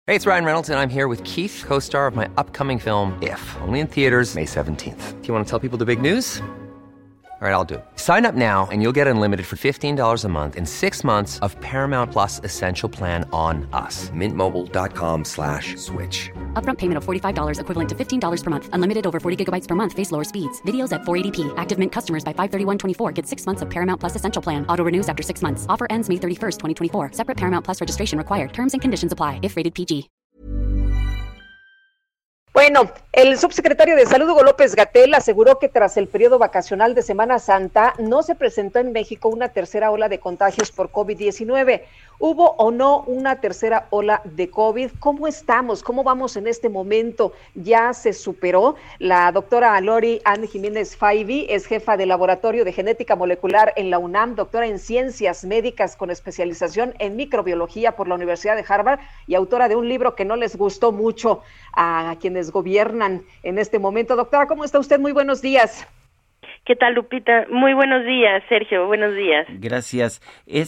Hey, it's Ryan Reynolds, and I'm here with Keith, co-star of my upcoming film, If, only in theaters May 17th. Do you want to tell people the big news? All right, I'll do it. Sign up now and you'll get unlimited for $15 a month and 6 months of Paramount Plus Essential Plan on us. MintMobile.com/switch. Upfront payment of $45 equivalent to $15 per month. Unlimited over 40 gigabytes per month. Face lower speeds. Videos at 480p. Active Mint customers by 531.24 get 6 months of Paramount Plus Essential Plan. Auto renews after 6 months. Offer ends May 31st, 2024. Separate Paramount Plus registration required. Terms and conditions apply if rated PG. Bueno, el subsecretario de Salud, Hugo López-Gatell, aseguró que tras el periodo vacacional de Semana Santa no se presentó en México una tercera ola de contagios por COVID-19. ¿Hubo o no una tercera ola de COVID? ¿Cómo estamos? ¿Cómo vamos en este momento? ¿Ya se superó? La doctora Lori Ann Jiménez Faibi es jefa de Laboratorio de Genética Molecular en la UNAM, doctora en Ciencias Médicas con especialización en microbiología por la Universidad de Harvard y autora de un libro que no les gustó mucho a quienes gobiernan en este momento. Doctora, ¿cómo está usted? Muy buenos días. ¿Qué tal, Lupita? Muy buenos días, Sergio. Buenos días. Gracias.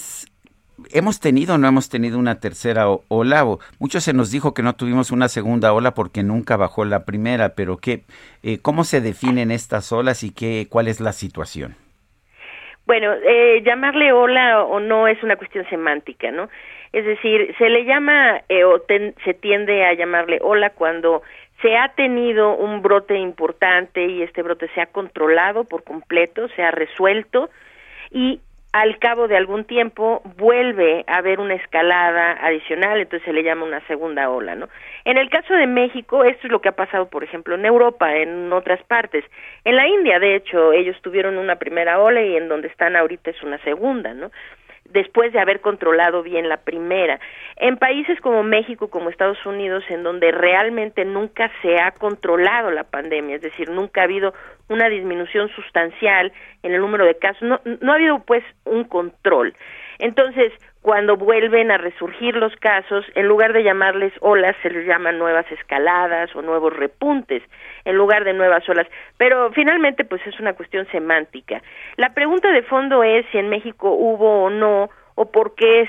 ¿Hemos tenido o no hemos tenido una tercera ola? Mucho se nos dijo que no tuvimos una segunda ola porque nunca bajó la primera, pero ¿cómo se definen estas olas y cuál es la situación? Bueno, llamarle ola o no es una cuestión semántica, ¿no? Es decir, se le llama se tiende a llamarle ola cuando se ha tenido un brote importante y este brote se ha controlado por completo, se ha resuelto y al cabo de algún tiempo vuelve a haber una escalada adicional, entonces se le llama una segunda ola, ¿no? En el caso de México, esto es lo que ha pasado, por ejemplo, en Europa, en otras partes. En la India, de hecho, ellos tuvieron una primera ola y en donde están ahorita es una segunda, ¿no? Después de haber controlado bien la primera. En países como México, como Estados Unidos, en donde realmente nunca se ha controlado la pandemia, es decir, nunca ha habido una disminución sustancial en el número de casos, no ha habido pues un control. Entonces, cuando vuelven a resurgir los casos, en lugar de llamarles olas, se les llaman nuevas escaladas o nuevos repuntes, en lugar de nuevas olas. Pero finalmente, pues es una cuestión semántica. La pregunta de fondo es si en México hubo o no, o por qué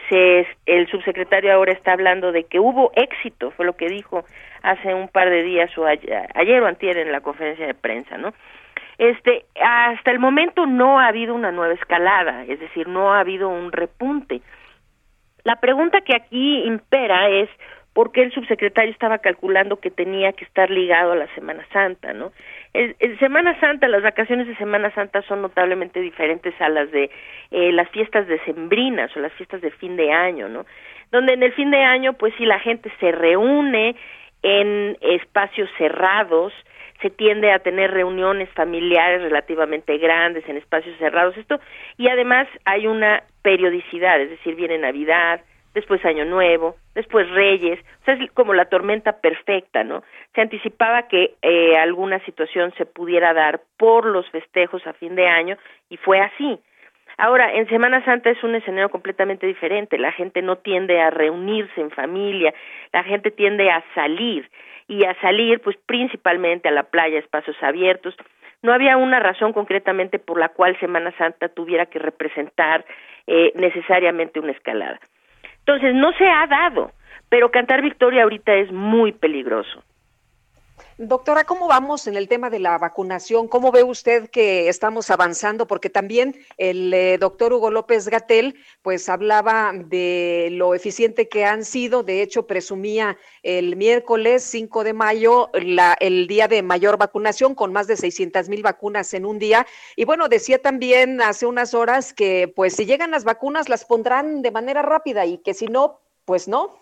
el subsecretario ahora está hablando de que hubo éxito, fue lo que dijo hace un par de días, o ayer o antier en la conferencia de prensa, ¿no? Hasta el momento no ha habido una nueva escalada, es decir, no ha habido un repunte. La pregunta que aquí impera es por qué el subsecretario estaba calculando que tenía que estar ligado a la Semana Santa, ¿no? En Semana Santa, las vacaciones de Semana Santa son notablemente diferentes a las de las fiestas decembrinas o las fiestas de fin de año, ¿no? Donde en el fin de año, pues sí, la gente se reúne en espacios cerrados, se tiende a tener reuniones familiares relativamente grandes en espacios cerrados, y además hay una periodicidad, es decir, viene Navidad, después Año Nuevo, después Reyes, o sea, es como la tormenta perfecta, ¿no? Se anticipaba que alguna situación se pudiera dar por los festejos a fin de año, y fue así. Ahora, en Semana Santa es un escenario completamente diferente, la gente no tiende a reunirse en familia, la gente tiende a salir, y a salir pues principalmente a la playa, espacios abiertos. No había una razón concretamente por la cual Semana Santa tuviera que representar necesariamente una escalada. Entonces no se ha dado, pero cantar victoria ahorita es muy peligroso. Doctora, ¿cómo vamos en el tema de la vacunación? ¿Cómo ve usted que estamos avanzando? Porque también el doctor Hugo López-Gatell pues hablaba de lo eficiente que han sido. De hecho, presumía el miércoles 5 de mayo el día de mayor vacunación, con más de 600,000 vacunas en un día. Y bueno, decía también hace unas horas que pues si llegan las vacunas las pondrán de manera rápida y que si no, pues no.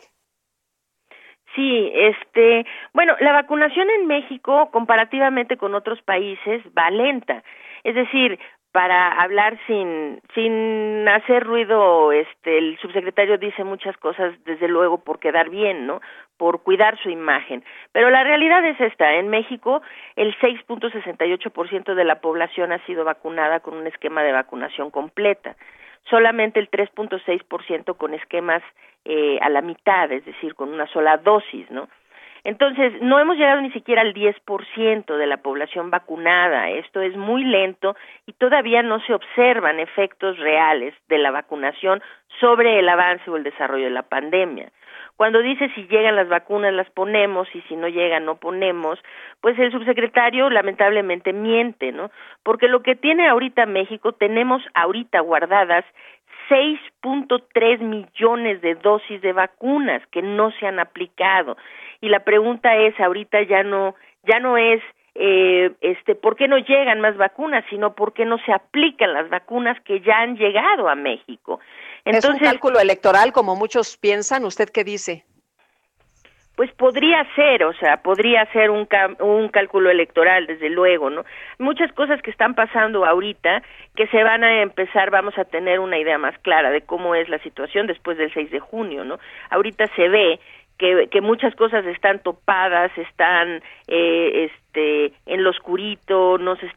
Sí, bueno, la vacunación en México, comparativamente con otros países, va lenta. Es decir, para hablar sin hacer ruido, el subsecretario dice muchas cosas, desde luego, por quedar bien, ¿no? Por cuidar su imagen. Pero la realidad es esta: en México, el 6.68% de la población ha sido vacunada con un esquema de vacunación completa. Solamente el 3.6% con esquemas a la mitad, es decir, con una sola dosis, ¿no? Entonces, no hemos llegado ni siquiera al 10% de la población vacunada. Esto es muy lento y todavía no se observan efectos reales de la vacunación sobre el avance o el desarrollo de la pandemia. Cuando dice si llegan las vacunas las ponemos y si no llegan no ponemos, pues el subsecretario lamentablemente miente, ¿no? Porque lo que tiene ahorita México, tenemos ahorita guardadas 6.3 millones de dosis de vacunas que no se han aplicado. Y la pregunta es, ahorita ya no es ¿por qué no llegan más vacunas? Sino ¿por qué no se aplican las vacunas que ya han llegado a México? Entonces, ¿es un cálculo electoral como muchos piensan? ¿Usted qué dice? Pues podría ser un cálculo electoral, desde luego, ¿no? Muchas cosas que están pasando ahorita que se van a empezar, vamos a tener una idea más clara de cómo es la situación después del 6 de junio, ¿no? Ahorita se ve que muchas cosas están topadas, están en lo oscurito, no se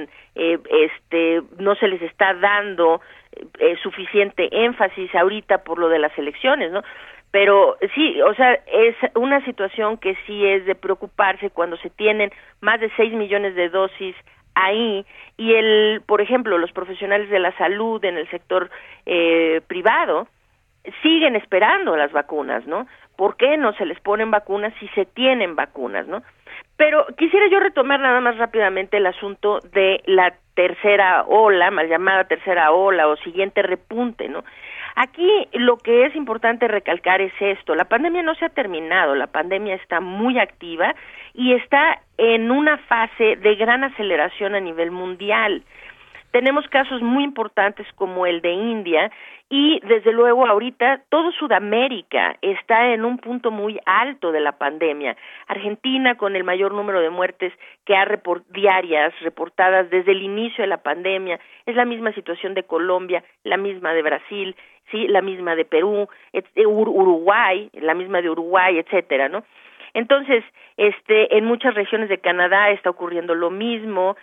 les está dando suficiente énfasis ahorita por lo de las elecciones, ¿no? Pero sí, o sea, es una situación que sí es de preocuparse cuando se tienen más de 6 millones de dosis ahí y por ejemplo, los profesionales de la salud en el sector privado siguen esperando las vacunas, ¿no? ¿Por qué no se les ponen vacunas si se tienen vacunas, no? Pero quisiera yo retomar nada más rápidamente el asunto de la tercera ola, mal llamada tercera ola o siguiente repunte, ¿no? Aquí lo que es importante recalcar es esto: la pandemia no se ha terminado, la pandemia está muy activa y está en una fase de gran aceleración a nivel mundial. Tenemos casos muy importantes como el de India y desde luego ahorita todo Sudamérica está en un punto muy alto de la pandemia. Argentina con el mayor número de muertes que ha diarias reportadas desde el inicio de la pandemia, es la misma situación de Colombia, la misma de Brasil, sí, la misma de Perú, Uruguay, la misma de Uruguay, etcétera, ¿no? Entonces, en muchas regiones de Canadá está ocurriendo lo mismo,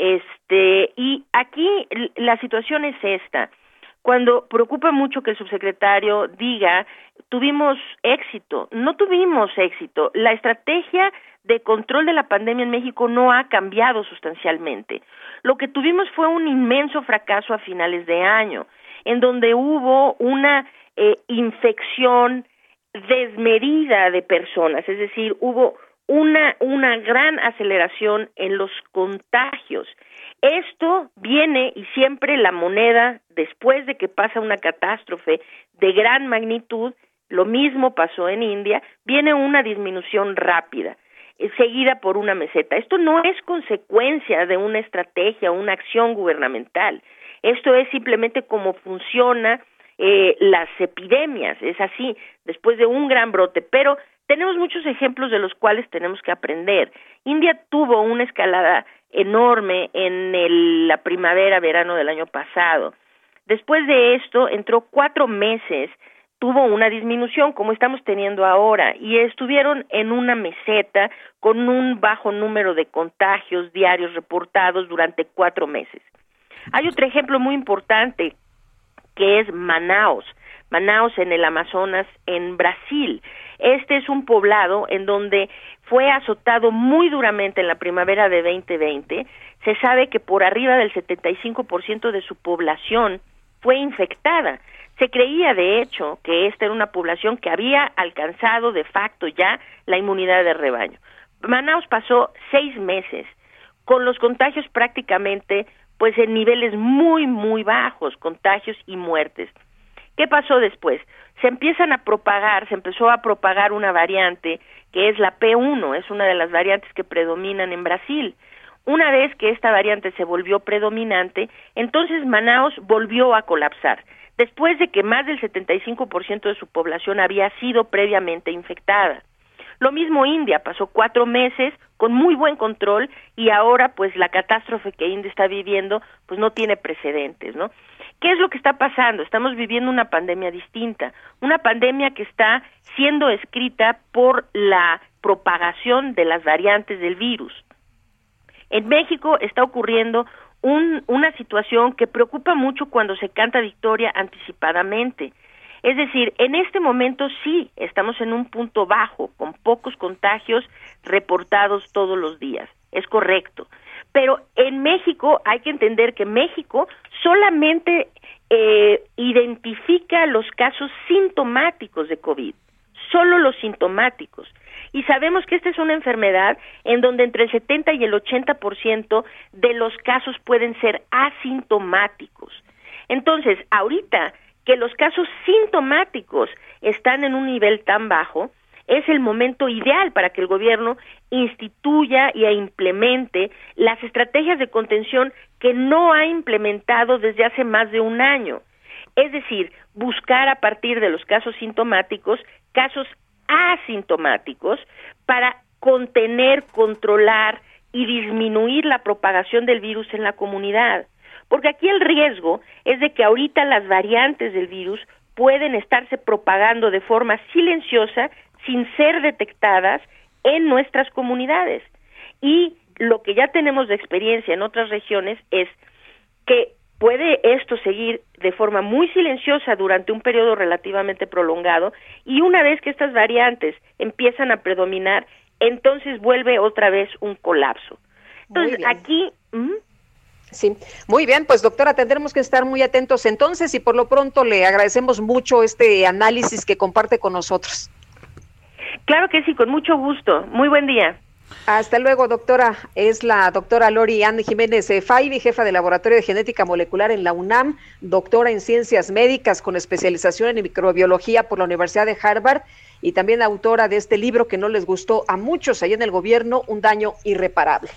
y aquí la situación es esta. Cuando preocupa mucho que el subsecretario diga, tuvimos éxito, no tuvimos éxito. La estrategia de control de la pandemia en México no ha cambiado sustancialmente. Lo que tuvimos fue un inmenso fracaso a finales de año, en donde hubo una infección desmedida de personas, es decir, hubo una gran aceleración en los contagios. Esto viene y siempre la moneda, después de que pasa una catástrofe de gran magnitud, lo mismo pasó en India, viene una disminución rápida, seguida por una meseta. Esto no es consecuencia de una estrategia o una acción gubernamental. Esto es simplemente cómo funciona las epidemias, es así, después de un gran brote, pero tenemos muchos ejemplos de los cuales tenemos que aprender. India tuvo una escalada enorme en la primavera-verano del año pasado. Después de esto, entró 4 meses, tuvo una disminución como estamos teniendo ahora y estuvieron en una meseta con un bajo número de contagios diarios reportados durante 4 meses. Hay otro ejemplo muy importante que es Manaus en el Amazonas, en Brasil. Este es un poblado en donde fue azotado muy duramente en la primavera de 2020. Se sabe que por arriba del 75% de su población fue infectada. Se creía, de hecho, que esta era una población que había alcanzado de facto ya la inmunidad de rebaño. Manaus pasó 6 meses con los contagios prácticamente pues en niveles muy, muy bajos, contagios y muertes. ¿Qué pasó después? Se empezó a propagar una variante que es la P1, es una de las variantes que predominan en Brasil. Una vez que esta variante se volvió predominante, entonces Manaus volvió a colapsar, después de que más del 75% de su población había sido previamente infectada. Lo mismo India, pasó 4 meses con muy buen control y ahora pues la catástrofe que India está viviendo pues no tiene precedentes, ¿no? ¿Qué es lo que está pasando? Estamos viviendo una pandemia distinta, una pandemia que está siendo escrita por la propagación de las variantes del virus. En México está ocurriendo una situación que preocupa mucho cuando se canta victoria anticipadamente. Es decir, en este momento sí estamos en un punto bajo, con pocos contagios reportados todos los días, es correcto. Pero en México hay que entender que México solamente identifica los casos sintomáticos de COVID, solo los sintomáticos. Y sabemos que esta es una enfermedad en donde entre el 70 y el 80% de los casos pueden ser asintomáticos. Entonces, ahorita que los casos sintomáticos están en un nivel tan bajo, es el momento ideal para que el gobierno instituya e implemente las estrategias de contención que no ha implementado desde hace más de un año. Es decir, buscar a partir de los casos sintomáticos, casos asintomáticos, para contener, controlar y disminuir la propagación del virus en la comunidad. Porque aquí el riesgo es de que ahorita las variantes del virus pueden estarse propagando de forma silenciosa, sin ser detectadas en nuestras comunidades. Y lo que ya tenemos de experiencia en otras regiones es que puede esto seguir de forma muy silenciosa durante un periodo relativamente prolongado, y una vez que estas variantes empiezan a predominar, entonces vuelve otra vez un colapso. Entonces, aquí... Sí, muy bien, pues doctora, tendremos que estar muy atentos entonces, y por lo pronto le agradecemos mucho este análisis que comparte con nosotros. Claro que sí, con mucho gusto. Muy buen día. Hasta luego, doctora. Es la doctora Lori Ann Jiménez Faibi, jefa de Laboratorio de Genética Molecular en la UNAM, doctora en Ciencias Médicas con especialización en microbiología por la Universidad de Harvard y también autora de este libro que no les gustó a muchos allá en el gobierno, Un daño irreparable.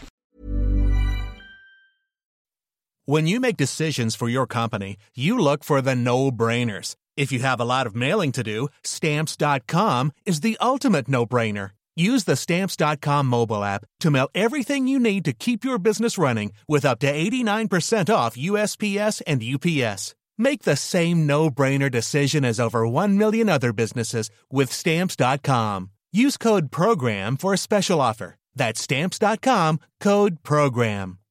When you make decisions for your company, you look for the no-brainers. If you have a lot of mailing to do, Stamps.com is the ultimate no-brainer. Use the Stamps.com mobile app to mail everything you need to keep your business running with up to 89% off USPS and UPS. Make the same no-brainer decision as over 1 million other businesses with Stamps.com. Use code PROGRAM for a special offer. That's Stamps.com, code PROGRAM.